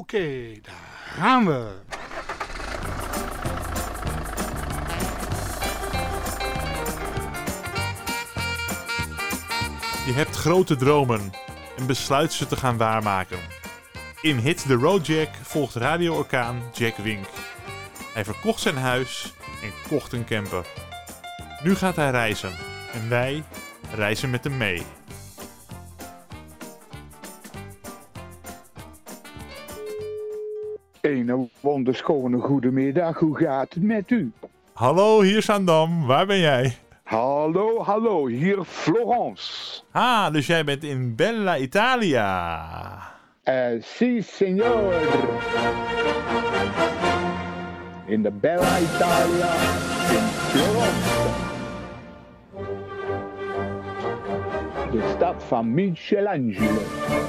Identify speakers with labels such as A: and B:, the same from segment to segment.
A: Oké, daar gaan we.
B: Je hebt grote dromen en besluit ze te gaan waarmaken. In Hit the Road Jack volgt radio-orkaan Jack Wink. Hij verkocht zijn huis en kocht een camper. Nu gaat hij reizen en wij reizen met hem mee.
C: Een wonderschone goedemiddag, hoe gaat het met u?
B: Hallo, hier Zaandam, waar ben jij?
C: Hallo, hier Florence.
B: Ah, dus jij bent in Bella Italia.
C: Si, signor. In de Bella Italia in Florence. De stad van Michelangelo.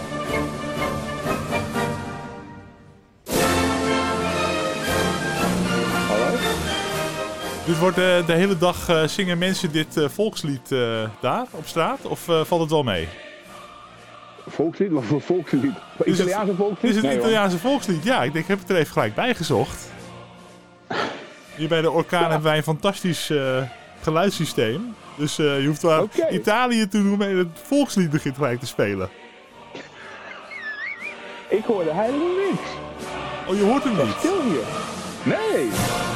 C: Hallo?
B: Dit wordt de hele dag zingen mensen dit volkslied daar op straat? Of valt het wel mee?
C: Volkslied? Wat voor volkslied? Italiaanse volkslied?
B: Is het
C: Nee, hoor.
B: Italiaanse volkslied? Ja, ik heb het er even gelijk bij gezocht. Hier bij de orkaan hebben wij een fantastisch geluidssysteem. Dus je hoeft wel
C: Oké.
B: Italië te noemen en het volkslied begint gelijk te spelen.
C: Ik hoorde helemaal niks.
B: Oh, je hoort hem
C: Het is
B: niet?
C: stil hier. Nee.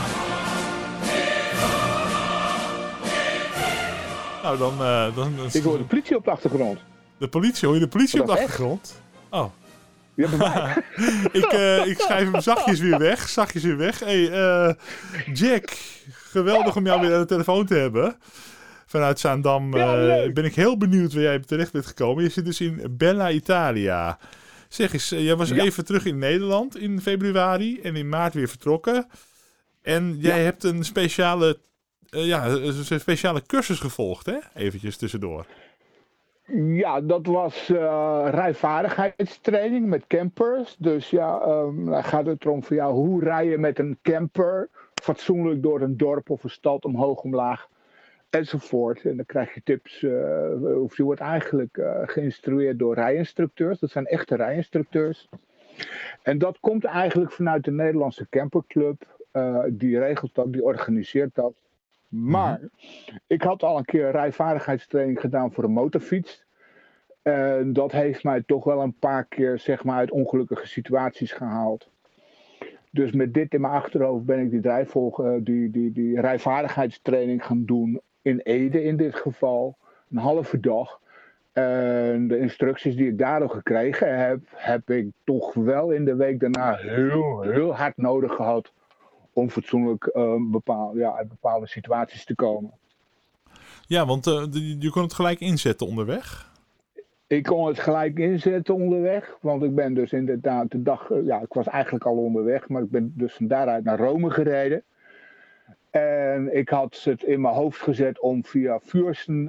B: Nou, dan
C: Ik hoor de politie op de achtergrond.
B: de politie. Hoor je de politie op
C: Dat
B: de
C: is echt?
B: achtergrond? Oh.
C: Je hebt erbij.
B: Ik schrijf hem zachtjes weer weg. Hey, Jack, geweldig om jou weer aan de telefoon te hebben. Vanuit Zaandam
C: Ja, leuk.
B: ben ik heel benieuwd waar jij terecht bent gekomen. Je zit dus in Bella Italia. Zeg eens, jij was
C: Ja.
B: even terug in Nederland in februari en in maart weer vertrokken. En jij hebt een speciale cursus gevolgd, hè? Eventjes tussendoor.
C: Ja, dat was rijvaardigheidstraining met campers. Dus ja, dan gaat het erom voor jou, hoe rij je met een camper fatsoenlijk door een dorp of een stad omhoog, omlaag enzovoort. En dan krijg je tips, of je wordt eigenlijk geïnstrueerd door rijinstructeurs. Dat zijn echte rijinstructeurs. En dat komt eigenlijk vanuit de Nederlandse camperclub. Die regelt dat, die organiseert dat. Maar ik had al een keer rijvaardigheidstraining gedaan voor een motorfiets. En dat heeft mij toch wel een paar keer zeg maar, uit ongelukkige situaties gehaald. Dus met dit in mijn achterhoofd ben ik die rijvaardigheidstraining gaan doen. In Ede in dit geval. Een halve dag. En de instructies die ik daardoor gekregen heb ik toch wel in de week daarna heel hard nodig gehad. Om fatsoenlijk uit bepaalde situaties te komen.
B: Ja, want je kon het gelijk inzetten onderweg.
C: Ik kon het gelijk inzetten onderweg. Want ik ben dus inderdaad de dag... ik was eigenlijk al onderweg. Maar ik ben dus van daaruit naar Rome gereden. En ik had het in mijn hoofd gezet om via Vürsten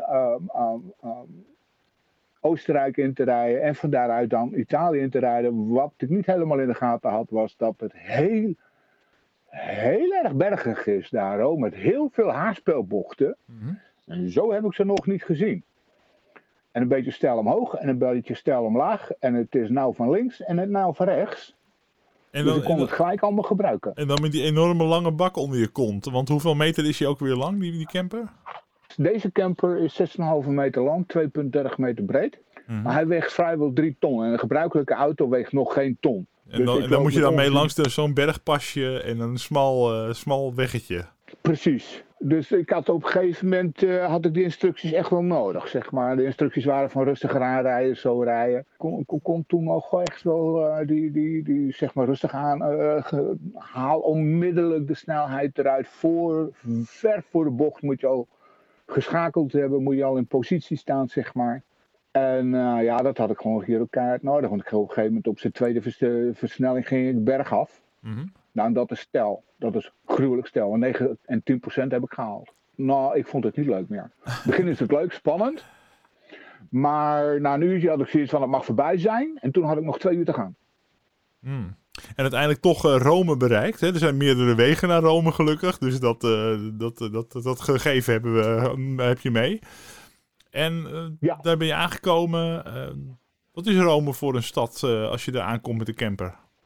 C: Oostenrijk in te rijden. En van daaruit dan Italië in te rijden. Wat ik niet helemaal in de gaten had, was dat het heel erg bergig is daar, oh, met heel veel haarspeelbochten. En zo heb ik ze nog niet gezien. En een beetje steil omhoog en een beetje steil omlaag. En het is nou van links en het nou van rechts.
B: En
C: Dus ik kon het gelijk allemaal gebruiken.
B: En dan met die enorme lange bak onder je kont. Want hoeveel meter is die ook weer lang, die camper?
C: Deze camper is 6,5 meter lang, 2,30 meter breed. Maar hij weegt vrijwel 3 ton. En een gebruikelijke auto weegt nog geen ton.
B: En
C: Dus
B: dan moet je dan mee langs zo'n bergpasje en een smal weggetje.
C: Precies. Dus ik had op een gegeven moment had ik die instructies echt wel nodig, zeg maar. De instructies waren van rustiger aanrijden, zo rijden. Ik kon toen nog echt wel die zeg maar rustig aan. Haal onmiddellijk de snelheid eruit. Ver voor de bocht moet je al geschakeld hebben, moet je al in positie staan, zeg maar. En dat had ik gewoon hier elkaar nodig. Want ik op een gegeven moment op zijn tweede versnelling ging ik bergaf. Nou, en dat is stel. Dat is gruwelijk stel. En 9 en 10% heb ik gehaald. Nou, ik vond het niet leuk meer. In het begin is het leuk, spannend. Maar na een uurtje had ik zoiets van, het mag voorbij zijn. En toen had ik nog 2 uur te gaan.
B: En uiteindelijk toch Rome bereikt. Hè? Er zijn meerdere wegen naar Rome gelukkig. Dus dat gegeven heb je mee. En daar ben je aangekomen. Wat is Rome voor een stad als je daar aankomt met de camper?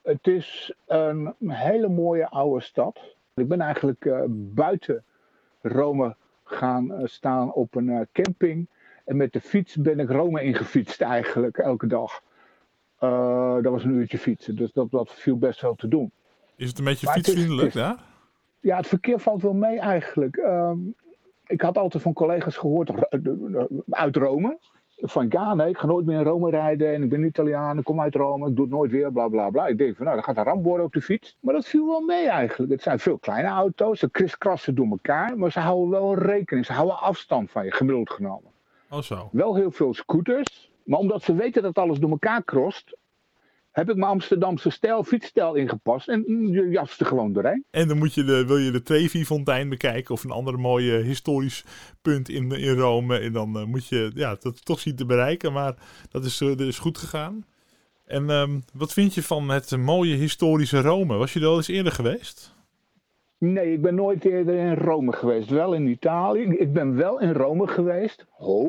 C: Het is een hele mooie oude stad. Ik ben eigenlijk buiten Rome gaan staan op een camping. En met de fiets ben ik Rome ingefietst eigenlijk elke dag. Dat was een uurtje fietsen, dus dat viel best wel te doen.
B: Is het een beetje
C: Maar
B: fietsvriendelijk daar?
C: Ja, het verkeer valt wel mee eigenlijk. Ik had altijd van collega's gehoord uit Rome. Van ja, nee, ik ga nooit meer in Rome rijden en ik ben Italiaan, ik kom uit Rome, ik doe het nooit weer, bla bla bla. Ik denk van nou, dan gaat een ramp worden op de fiets. Maar dat viel wel mee eigenlijk. Het zijn veel kleine auto's, ze kriskassen door elkaar, maar ze houden wel rekening. Ze houden afstand van je, gemiddeld genomen.
B: Oh zo.
C: Wel heel veel scooters, maar omdat ze weten dat alles door elkaar krost, heb ik mijn Amsterdamse fietsstijl ingepast en je jast er gewoon doorheen.
B: En dan wil je de Trevi-fontein bekijken of een ander mooi historisch punt in Rome. En dan moet je dat toch zien te bereiken, maar dat is goed gegaan. En wat vind je van het mooie historische Rome? Was je er al eens eerder geweest?
C: Nee, ik ben nooit eerder in Rome geweest. Wel in Italië. Ik ben wel in Rome geweest.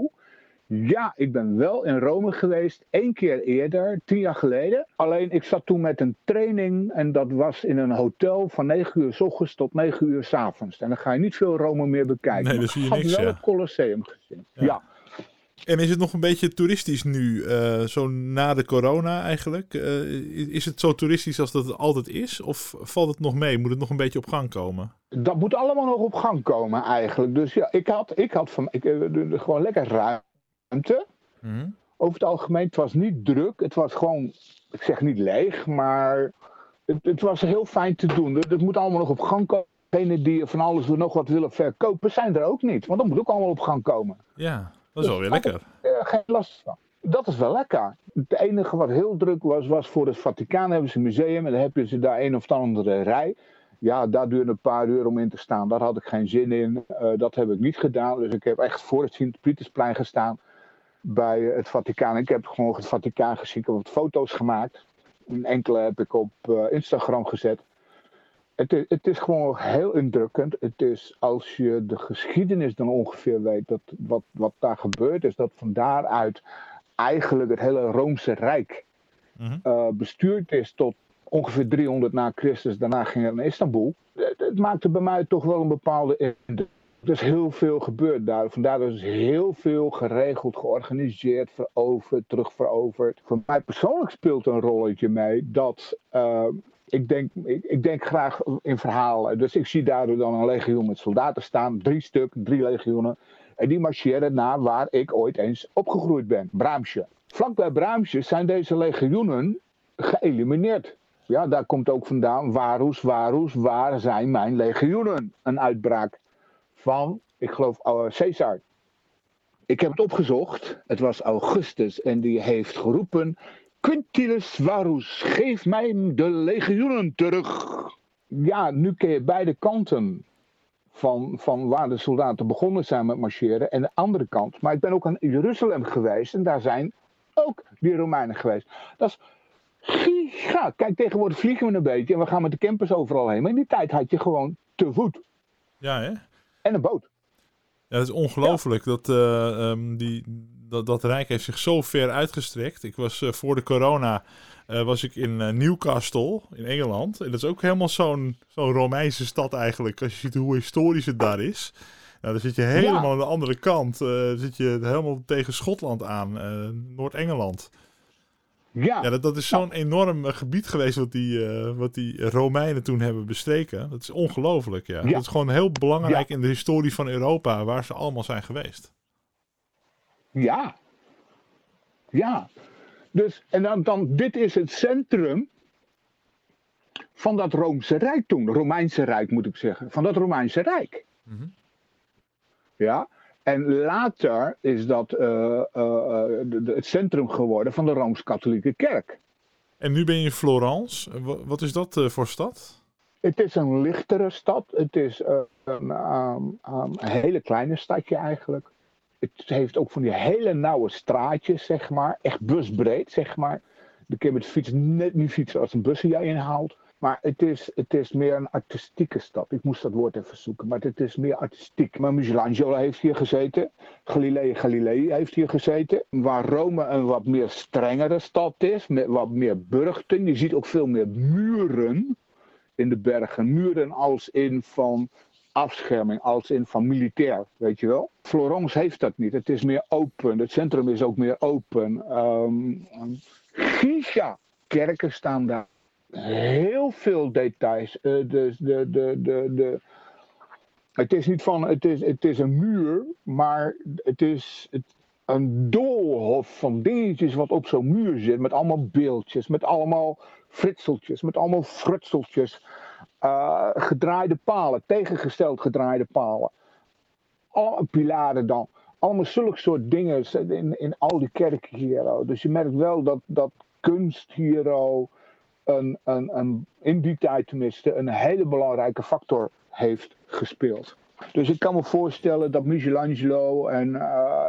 C: Ja, ik ben wel in Rome geweest, 1 keer eerder, 10 jaar geleden. Alleen ik zat toen met een training en dat was in een hotel van 9 uur 's ochtends tot 9 uur 's avonds. En dan ga je niet veel Rome meer bekijken.
B: Nee, dan zie je niks,
C: ik had wel het Colosseum gezien. Ja.
B: En is het nog een beetje toeristisch nu, zo na de corona eigenlijk? Is het zo toeristisch als dat het altijd is? Of valt het nog mee? Moet het nog een beetje op gang komen?
C: Dat moet allemaal nog op gang komen eigenlijk. Dus ja, ik had gewoon lekker ruimte.
B: Mm-hmm.
C: Over het algemeen, het was niet druk. Het was gewoon, ik zeg niet leeg, maar het was heel fijn te doen. Het moet allemaal nog op gang komen. Degenen die van alles nog wat willen verkopen, zijn er ook niet. Want dat moet ook allemaal op gang komen.
B: Ja, dat is wel weer lekker.
C: Geen last van. Dat is wel lekker. Het enige wat heel druk was voor het Vaticaan hebben ze een museum. En dan heb je daar een of andere rij. Ja, daar duurde een paar uur om in te staan. Daar had ik geen zin in. Dat heb ik niet gedaan. Dus ik heb echt voor het Sint-Pietersplein gestaan. Bij het Vaticaan. Ik heb gewoon het Vaticaan gezien. Ik heb wat foto's gemaakt. Een enkele heb ik op Instagram gezet. Het is gewoon heel indrukkend. Het is, als je de geschiedenis dan ongeveer weet, wat daar gebeurd is, dat van daaruit eigenlijk het hele Roomse Rijk bestuurd is tot ongeveer 300 na Christus. Daarna ging het naar Istanbul. Het maakte bij mij toch wel een bepaalde indruk. Er is heel veel gebeurd daar. Vandaar is heel veel geregeld, georganiseerd, veroverd, terugveroverd. Voor mij persoonlijk speelt een rolletje mee dat ik denk graag in verhalen. Dus ik zie daardoor dan een legioen met soldaten staan. 3 legioenen. En die marcheren naar waar ik ooit eens opgegroeid ben. Bramsche. Vlakbij Bramsche zijn deze legioenen geëlimineerd. Ja, daar komt ook vandaan. Varus, waar zijn mijn legioenen? Een uitbraak van, ik geloof, Caesar. Ik heb het opgezocht. Het was Augustus en die heeft geroepen: Quintilis Varus, geef mij de legioenen terug. Ja, nu ken je beide kanten van waar de soldaten begonnen zijn met marcheren en de andere kant. Maar ik ben ook in Jeruzalem geweest en daar zijn ook die Romeinen geweest. Dat is giga. Kijk, tegenwoordig vliegen we een beetje en we gaan met de campers overal heen. Maar in die tijd had je gewoon te voet.
B: Ja, hè?
C: En een boot.
B: Ja, het is ongelooflijk. Ja. Dat rijk heeft zich zo ver uitgestrekt. Ik was voor de corona was ik in Newcastle in Engeland. En dat is ook helemaal zo'n Romeinse stad eigenlijk. Als je ziet hoe historisch het daar is. Nou, dan zit je helemaal aan de andere kant. Zit je helemaal tegen Schotland aan. Noord-Engeland. Ja, dat is zo'n enorm gebied geweest wat die Romeinen toen hebben bestreken. Dat is ongelooflijk, ja. Dat is gewoon heel belangrijk in de historie van Europa, waar ze allemaal zijn geweest.
C: Ja. Dus, en dan dit is het centrum van dat Roomse Rijk toen. Romeinse Rijk moet ik zeggen. Van dat Romeinse Rijk. Mm-hmm. Ja. En later is dat het centrum geworden van de Rooms-Katholieke Kerk.
B: En nu ben je in Florence. Wat is dat voor stad?
C: Het is een lichtere stad. Het is een hele kleine stadje eigenlijk. Het heeft ook van die hele nauwe straatjes, zeg maar. Echt busbreed, zeg maar. Dan kun je met de fiets net niet fietsen als een bus jij inhaalt. Maar het is meer een artistieke stad. Ik moest dat woord even zoeken, maar het is meer artistiek. Maar Michelangelo heeft hier gezeten. Galilei heeft hier gezeten. Waar Rome een wat meer strengere stad is, met wat meer burchten. Je ziet ook veel meer muren in de bergen. Muren als in van afscherming, als in van militair, weet je wel. Florence heeft dat niet. Het is meer open. Het centrum is ook meer open. Giga-kerken staan daar. Heel veel details. Het is niet van, het is een muur, maar het is een doolhof van dingetjes wat op zo'n muur zit. Met allemaal beeldjes, met allemaal fritseltjes, met allemaal frutseltjes. Gedraaide palen, tegengesteld gedraaide palen. Alle pilaren dan. Allemaal zulke soort dingen in al die kerken hier. Dus je merkt wel dat kunst hier in die tijd tenminste een hele belangrijke factor heeft gespeeld. Dus ik kan me voorstellen dat Michelangelo en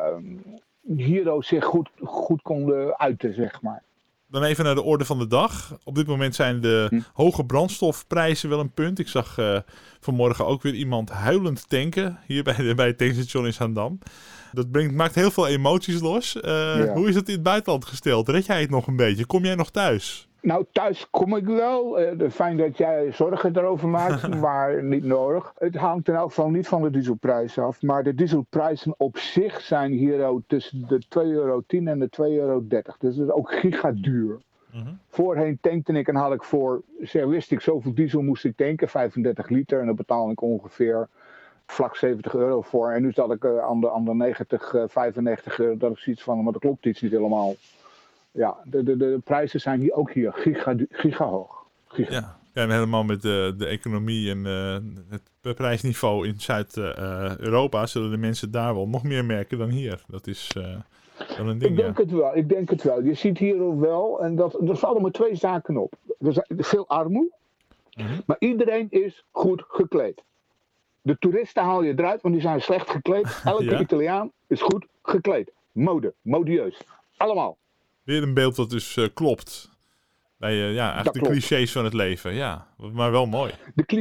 C: Hero zich goed konden uiten, zeg maar.
B: Dan even naar de orde van de dag. Op dit moment zijn de hoge brandstofprijzen wel een punt. Ik zag vanmorgen ook weer iemand huilend tanken hier bij het tankstation in Zaandam. Dat maakt heel veel emoties los. Hoe is het in het buitenland gesteld? Red jij het nog een beetje? Kom jij nog thuis?
C: Nou, thuis kom ik wel. Fijn dat jij zorgen erover maakt, maar niet nodig. Het hangt in elk geval niet van de dieselprijs af. Maar de dieselprijzen op zich zijn hier tussen de €2,10 en de €2,30. Dus dat is ook gigaduur. Voorheen tankte ik en had ik wist ik zoveel diesel moest ik tanken, 35 liter. En daar betaalde ik ongeveer vlak €70 voor. En nu zat ik aan de 90, €95. Dat is iets van, maar dat klopt iets niet helemaal. Ja, de prijzen zijn hier ook giga hoog.
B: Ja, en helemaal met de economie en het prijsniveau in Zuid-Europa zullen de mensen daar wel nog meer merken dan hier. Dat is wel een ding.
C: Ik denk het wel. Je ziet hier ook wel, en er vallen maar twee zaken op. Er is veel armoede, maar iedereen is goed gekleed. De toeristen haal je eruit, want die zijn slecht gekleed. Elke Italiaan is goed gekleed. Modieus. Allemaal.
B: Weer een beeld dat dus klopt. Bij eigenlijk de clichés van het leven. Ja, maar wel mooi.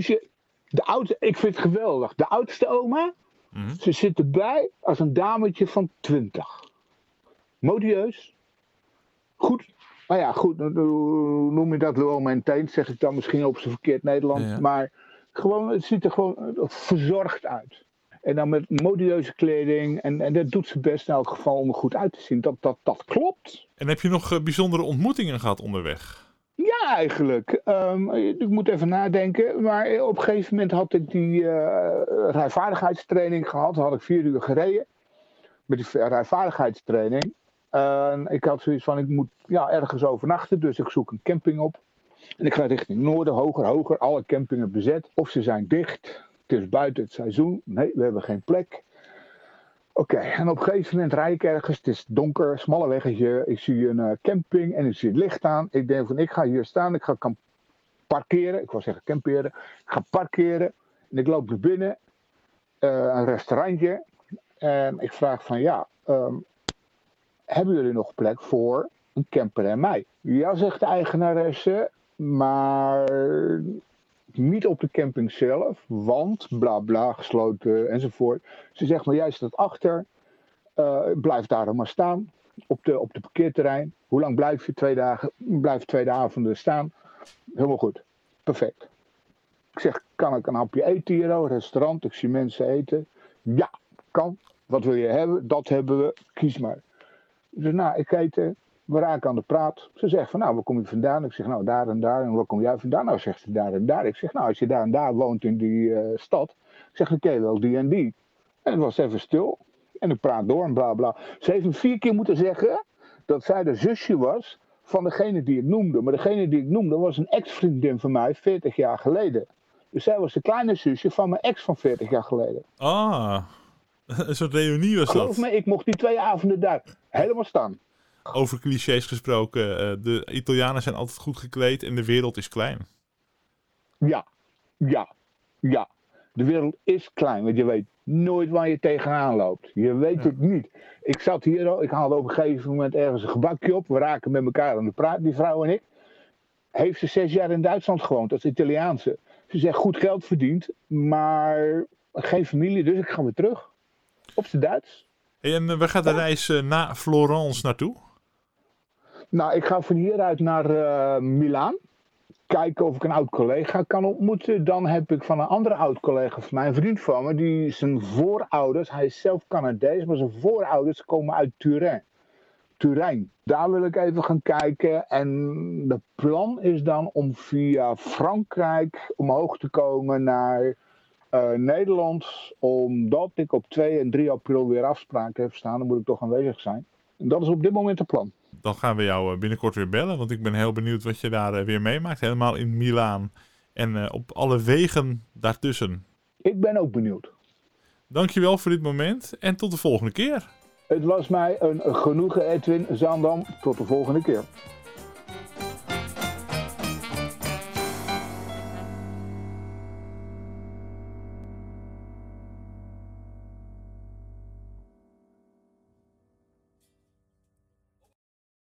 C: Ik vind het geweldig. De oudste oma, ze zit erbij als een dametje van 20. Modieus. Goed. Nou ja, goed. Hoe noem je dat? Low maintained, zeg ik dan misschien op zijn verkeerd Nederlands. Ja. Maar het ziet er gewoon verzorgd uit. En dan met modieuze kleding. En dat doet ze best in elk geval om er goed uit te zien. Dat klopt.
B: En heb je nog bijzondere ontmoetingen gehad onderweg?
C: Ja, eigenlijk. Ik moet even nadenken. Maar op een gegeven moment had ik die rijvaardigheidstraining gehad. Had ik 4 uur gereden. Met die rijvaardigheidstraining. Ik had zoiets van, ik moet ergens overnachten. Dus ik zoek een camping op. En ik ga richting noorden, hoger. Alle campingen bezet. Of ze zijn dicht. Het is buiten het seizoen. Nee, we hebben geen plek. Oké, en op een gegeven moment rijd ik ergens. Het is donker, smalle weggetje. Ik zie een camping en ik zie het licht aan. Ik denk van, ik ga hier staan. Ik ga parkeren. Ik wil zeggen camperen. Ik ga parkeren. En ik loop er binnen. Een restaurantje. En ik vraag van, hebben jullie nog plek voor een camper en mij? Ja, zegt de eigenaresse. Maar niet op de camping zelf, want bla bla, gesloten enzovoort. Ze zegt maar, jij staat achter, blijf daar dan maar staan, op de parkeerterrein. Hoe lang blijf je? 2 dagen? Blijf 2 avonden staan. Helemaal goed, perfect. Ik zeg, kan ik een hapje eten hier, restaurant, ik zie mensen eten. Ja, kan. Wat wil je hebben? Dat hebben we, kies maar. Dus ik eten. We raken aan de praat. Ze zegt van, waar kom je vandaan? Ik zeg, daar en daar. En waar kom jij vandaan? Nou, zegt ze, daar en daar. Ik zeg, als je daar en daar woont in die stad. Ik zeg, dan ken je wel die en die. En het was even stil. En ik praat door en bla bla. Ze heeft me 4 keer moeten zeggen dat zij de zusje was van degene die ik noemde. Maar degene die ik noemde was een ex-vriendin van mij 40 jaar geleden. Dus zij was de kleine zusje van mijn ex van 40 jaar geleden.
B: Ah, een soort reunie was dat.
C: Geloof me, ik mocht die 2 avonden daar helemaal staan.
B: Over clichés gesproken, de Italianen zijn altijd goed gekleed en de wereld is klein.
C: Ja. De wereld is klein, want je weet nooit waar je tegenaan loopt. Je weet het niet. Ik zat hier, ik haalde op een gegeven moment ergens een gebakje op. We raken met elkaar aan de praat, die vrouw en ik. heeft ze 6 jaar in Duitsland gewoond, dat is Italiaanse. Ze zegt goed geld verdiend, maar geen familie, dus ik ga weer terug. Op z'n Duits.
B: En waar gaat de reis naar Florence naartoe?
C: Nou, ik ga van hieruit naar Milaan. Kijken of ik een oud collega kan ontmoeten. Dan heb ik van een andere oud collega van mij, een vriend van me, die zijn voorouders, hij is zelf Canadees, maar zijn voorouders komen uit Turijn. Daar wil ik even gaan kijken. En de plan is dan om via Frankrijk omhoog te komen naar Nederland. Omdat ik op 2 en 3 april weer afspraken heb staan. Dan moet ik toch aanwezig zijn. En dat is op dit moment het plan.
B: Dan gaan we jou binnenkort weer bellen, want ik ben heel benieuwd wat je daar weer meemaakt. Helemaal in Milaan en op alle wegen daartussen.
C: Ik ben ook benieuwd.
B: Dankjewel voor dit moment en tot de volgende keer.
C: Het was mij een genoegen, Edwin Zaandam. Tot de volgende keer.